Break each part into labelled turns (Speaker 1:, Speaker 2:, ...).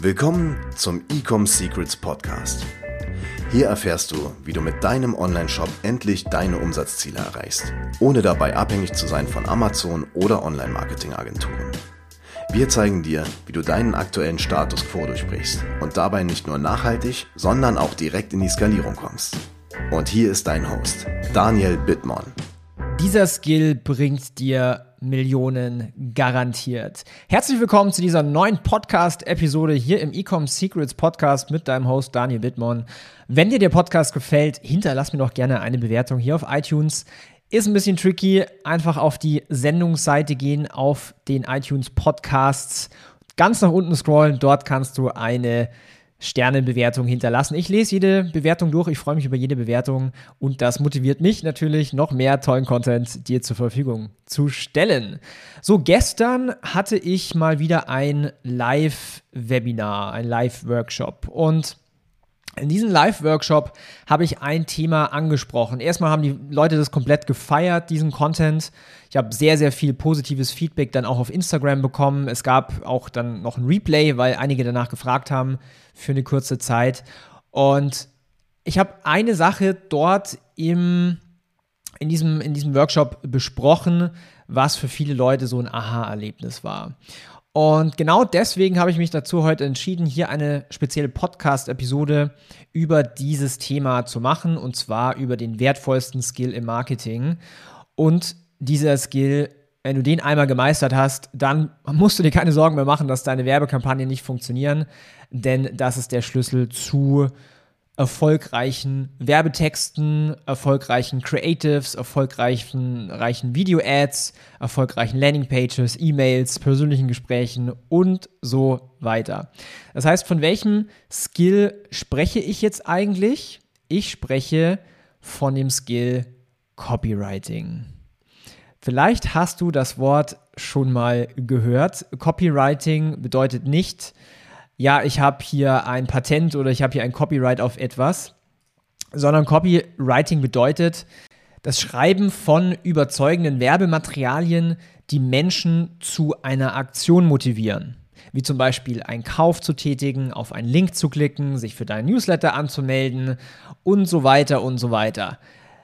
Speaker 1: Willkommen zum Ecom Secrets Podcast. Hier erfährst du, wie du mit deinem Online-Shop endlich deine Umsatzziele erreichst, ohne dabei abhängig zu sein von Amazon oder Online-Marketing-Agenturen. Wir zeigen dir, wie du deinen aktuellen Status quo durchbrichst und dabei nicht nur nachhaltig, sondern auch direkt in die Skalierung kommst. Und hier ist dein Host, Daniel Bittmann.
Speaker 2: Dieser Skill bringt dir Millionen garantiert. Herzlich willkommen zu dieser neuen Podcast-Episode hier im Ecom Secrets Podcast mit deinem Host Daniel Bittmann. Wenn dir der Podcast gefällt, hinterlass mir doch gerne eine Bewertung hier auf iTunes. Ist ein bisschen tricky, einfach auf die Sendungsseite gehen, auf den iTunes Podcasts, ganz nach unten scrollen, dort kannst du eine Sternebewertung hinterlassen. Ich lese jede Bewertung durch, ich freue mich über jede Bewertung und das motiviert mich natürlich, noch mehr tollen Content dir zur Verfügung zu stellen. So, gestern hatte ich mal wieder ein Live-Webinar, ein Live-Workshop und in diesem Live-Workshop habe ich ein Thema angesprochen. Erstmal haben die Leute das komplett gefeiert, diesen Content. Ich habe sehr, sehr viel positives Feedback dann auch auf Instagram bekommen. Es gab auch dann noch ein Replay, weil einige danach gefragt haben für eine kurze Zeit. Und ich habe eine Sache dort in diesem Workshop besprochen, was für viele Leute so ein Aha-Erlebnis war. Und genau deswegen habe ich mich dazu heute entschieden, hier eine spezielle Podcast-Episode über dieses Thema zu machen, und zwar über den wertvollsten Skill im Marketing. Und dieser Skill, wenn du den einmal gemeistert hast, dann musst du dir keine Sorgen mehr machen, dass deine Werbekampagnen nicht funktionieren, denn das ist der Schlüssel zu erfolgreichen Werbetexten, erfolgreichen Creatives, erfolgreichen Video-Ads, erfolgreichen Landingpages, E-Mails, persönlichen Gesprächen und so weiter. Das heißt, von welchem Skill spreche ich jetzt eigentlich? Ich spreche von dem Skill Copywriting. Vielleicht hast du das Wort schon mal gehört. Copywriting bedeutet nicht, ja, ich habe hier ein Patent oder ich habe hier ein Copyright auf etwas, sondern Copywriting bedeutet das Schreiben von überzeugenden Werbematerialien, die Menschen zu einer Aktion motivieren. Wie zum Beispiel einen Kauf zu tätigen, auf einen Link zu klicken, sich für deinen Newsletter anzumelden und so weiter und so weiter.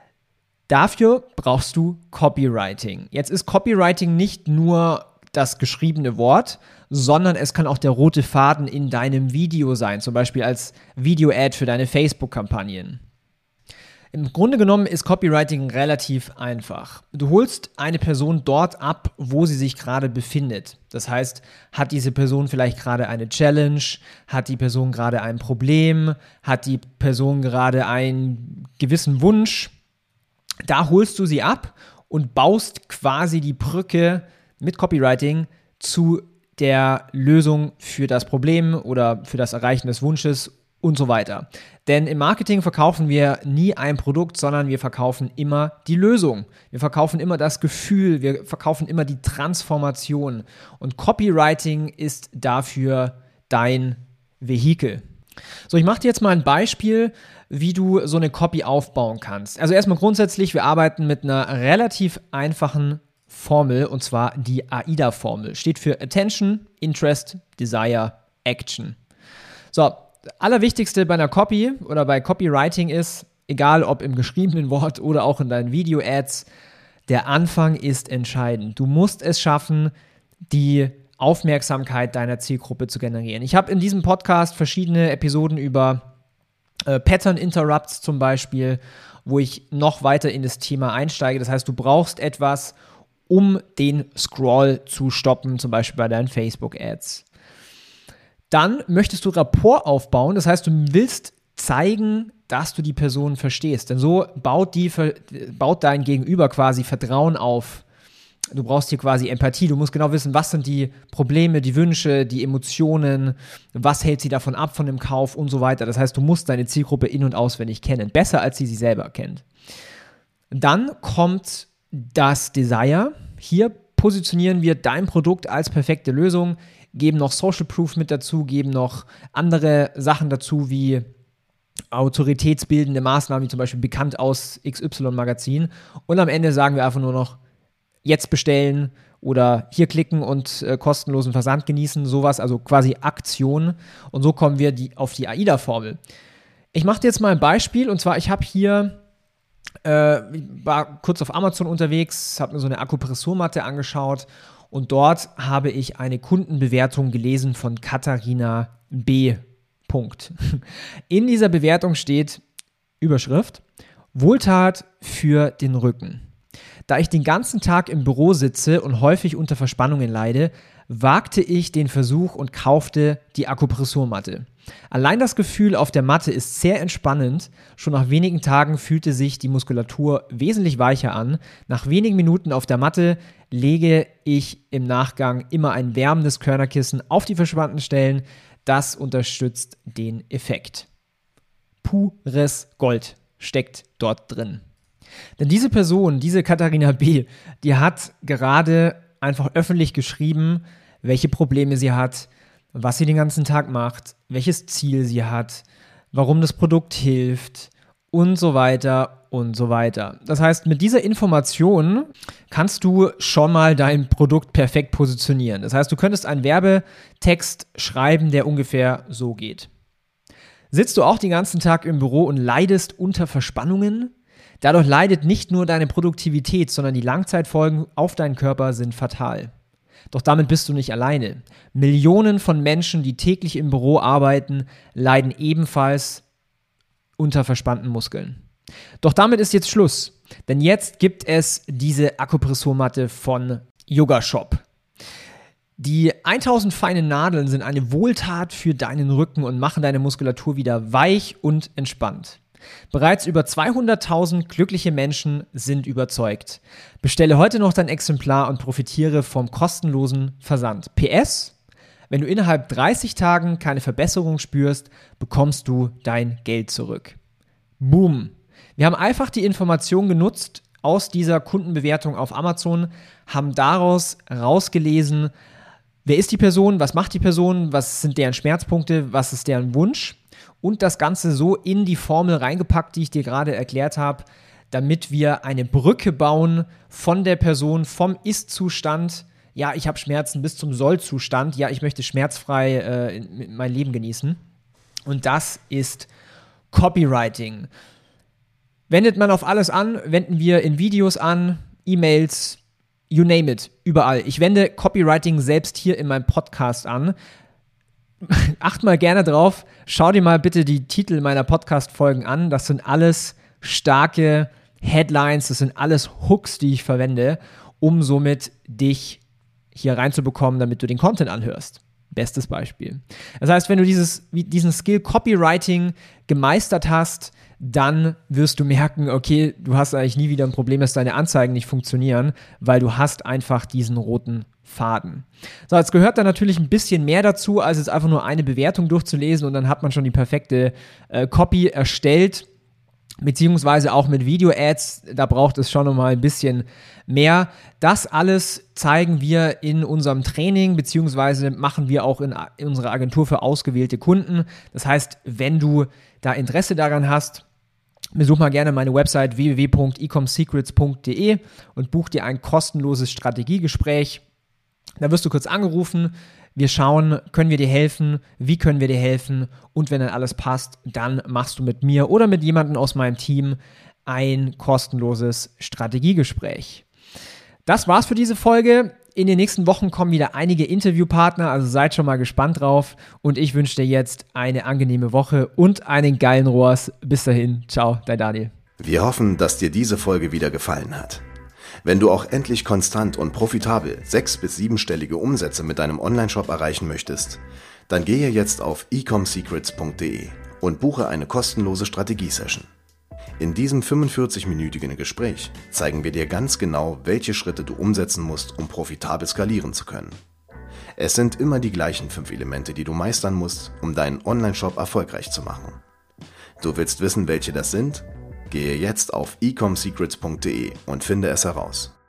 Speaker 2: Dafür brauchst du Copywriting. Jetzt ist Copywriting nicht nur das geschriebene Wort, sondern es kann auch der rote Faden in deinem Video sein, zum Beispiel als Video-Ad für deine Facebook-Kampagnen. Im Grunde genommen ist Copywriting relativ einfach. Du holst eine Person dort ab, wo sie sich gerade befindet. Das heißt, hat diese Person vielleicht gerade eine Challenge, hat die Person gerade ein Problem, hat die Person gerade einen gewissen Wunsch. Da holst du sie ab und baust quasi die Brücke mit Copywriting zu der Lösung für das Problem oder für das Erreichen des Wunsches und so weiter. Denn im Marketing verkaufen wir nie ein Produkt, sondern wir verkaufen immer die Lösung. Wir verkaufen immer das Gefühl, wir verkaufen immer die Transformation. Und Copywriting ist dafür dein Vehikel. So, ich mache dir jetzt mal ein Beispiel, wie du so eine Copy aufbauen kannst. Also erstmal grundsätzlich, wir arbeiten mit einer relativ einfachen Formel, und zwar die AIDA-Formel. Steht für Attention, Interest, Desire, Action. So, das Allerwichtigste bei einer Copy oder bei Copywriting ist, egal ob im geschriebenen Wort oder auch in deinen Video-Ads, der Anfang ist entscheidend. Du musst es schaffen, die Aufmerksamkeit deiner Zielgruppe zu generieren. Ich habe in diesem Podcast verschiedene Episoden über Pattern Interrupts zum Beispiel, wo ich noch weiter in das Thema einsteige. Das heißt, du brauchst etwas, um den Scroll zu stoppen, zum Beispiel bei deinen Facebook-Ads. Dann möchtest du Rapport aufbauen, das heißt, du willst zeigen, dass du die Person verstehst. Denn so baut dein Gegenüber quasi Vertrauen auf. Du brauchst hier quasi Empathie, du musst genau wissen, was sind die Probleme, die Wünsche, die Emotionen, was hält sie davon ab von dem Kauf und so weiter. Das heißt, du musst deine Zielgruppe in- und auswendig kennen, besser als sie selber kennt. Dann kommt das Desire. Hier positionieren wir dein Produkt als perfekte Lösung, geben noch Social Proof mit dazu, geben noch andere Sachen dazu, wie autoritätsbildende Maßnahmen, wie zum Beispiel bekannt aus XY-Magazin. Und am Ende sagen wir einfach nur noch, jetzt bestellen oder hier klicken und kostenlosen Versand genießen, sowas, also quasi Aktion. Und so kommen wir auf die AIDA-Formel. Ich mache dir jetzt mal ein Beispiel, und zwar, ich habe hier, war kurz auf Amazon unterwegs, habe mir so eine Akupressurmatte angeschaut und dort habe ich eine Kundenbewertung gelesen von Katharina B. Punkt. In dieser Bewertung steht Überschrift: Wohltat für den Rücken. Da ich den ganzen Tag im Büro sitze und häufig unter Verspannungen leide, wagte ich den Versuch und kaufte die Akupressurmatte. Allein das Gefühl auf der Matte ist sehr entspannend. Schon nach wenigen Tagen fühlte sich die Muskulatur wesentlich weicher an. Nach wenigen Minuten auf der Matte lege ich im Nachgang immer ein wärmendes Körnerkissen auf die verspannten Stellen. Das unterstützt den Effekt. Pures Gold steckt dort drin. Denn diese Person, diese Katharina B., die hat gerade einfach öffentlich geschrieben, welche Probleme sie hat, was sie den ganzen Tag macht, welches Ziel sie hat, warum das Produkt hilft und so weiter und so weiter. Das heißt, mit dieser Information kannst du schon mal dein Produkt perfekt positionieren. Das heißt, du könntest einen Werbetext schreiben, der ungefähr so geht. Sitzt du auch den ganzen Tag im Büro und leidest unter Verspannungen? Dadurch leidet nicht nur deine Produktivität, sondern die Langzeitfolgen auf deinen Körper sind fatal. Doch damit bist du nicht alleine. Millionen von Menschen, die täglich im Büro arbeiten, leiden ebenfalls unter verspannten Muskeln. Doch damit ist jetzt Schluss, denn jetzt gibt es diese Akupressurmatte von YogaShop. Die 1000 feinen Nadeln sind eine Wohltat für deinen Rücken und machen deine Muskulatur wieder weich und entspannt. Bereits über 200.000 glückliche Menschen sind überzeugt. Bestelle heute noch dein Exemplar und profitiere vom kostenlosen Versand. PS: Wenn du innerhalb 30 Tagen keine Verbesserung spürst, bekommst du dein Geld zurück. Boom! Wir haben einfach die Information genutzt aus dieser Kundenbewertung auf Amazon, haben daraus rausgelesen, wer ist die Person, was macht die Person, was sind deren Schmerzpunkte, was ist deren Wunsch, und das Ganze so in die Formel reingepackt, die ich dir gerade erklärt habe, damit wir eine Brücke bauen von der Person, vom Ist-Zustand, ja, ich habe Schmerzen, bis zum Soll-Zustand, ja, ich möchte schmerzfrei mein Leben genießen. Und das ist Copywriting. Wendet man auf alles an, wenden wir in Videos an, E-Mails, you name it, überall. Ich wende Copywriting selbst hier in meinem Podcast an. Acht mal gerne drauf, schau dir mal bitte die Titel meiner Podcast-Folgen an. Das sind alles starke Headlines, das sind alles Hooks, die ich verwende, um somit dich hier reinzubekommen, damit du den Content anhörst. Bestes Beispiel. Das heißt, wenn du diesen Skill Copywriting gemeistert hast, dann wirst du merken, okay, du hast eigentlich nie wieder ein Problem, dass deine Anzeigen nicht funktionieren, weil du hast einfach diesen roten Faden. So, jetzt gehört da natürlich ein bisschen mehr dazu, als jetzt einfach nur eine Bewertung durchzulesen und dann hat man schon die perfekte Copy erstellt, beziehungsweise auch mit Video-Ads, da braucht es schon nochmal ein bisschen mehr. Das alles zeigen wir in unserem Training, beziehungsweise machen wir auch in unserer Agentur für ausgewählte Kunden. Das heißt, wenn du da Interesse daran hast, besuch mal gerne meine Website www.ecomsecrets.de und buch dir ein kostenloses Strategiegespräch. Da wirst du kurz angerufen, wir schauen, können wir dir helfen, wie können wir dir helfen, und wenn dann alles passt, dann machst du mit mir oder mit jemandem aus meinem Team ein kostenloses Strategiegespräch. Das war's für diese Folge. In den nächsten Wochen kommen wieder einige Interviewpartner, also seid schon mal gespannt drauf, und ich wünsche dir jetzt eine angenehme Woche und einen geilen ROAS. Bis dahin, ciao, dein Daniel.
Speaker 1: Wir hoffen, dass dir diese Folge wieder gefallen hat. Wenn du auch endlich konstant und profitabel 6- bis 7-stellige Umsätze mit deinem Onlineshop erreichen möchtest, dann gehe jetzt auf ecomsecrets.de und buche eine kostenlose Strategie-Session. In diesem 45-minütigen Gespräch zeigen wir dir ganz genau, welche Schritte du umsetzen musst, um profitabel skalieren zu können. Es sind immer die gleichen 5 Elemente, die du meistern musst, um deinen Onlineshop erfolgreich zu machen. Du willst wissen, welche das sind? Gehe jetzt auf ecomsecrets.de und finde es heraus.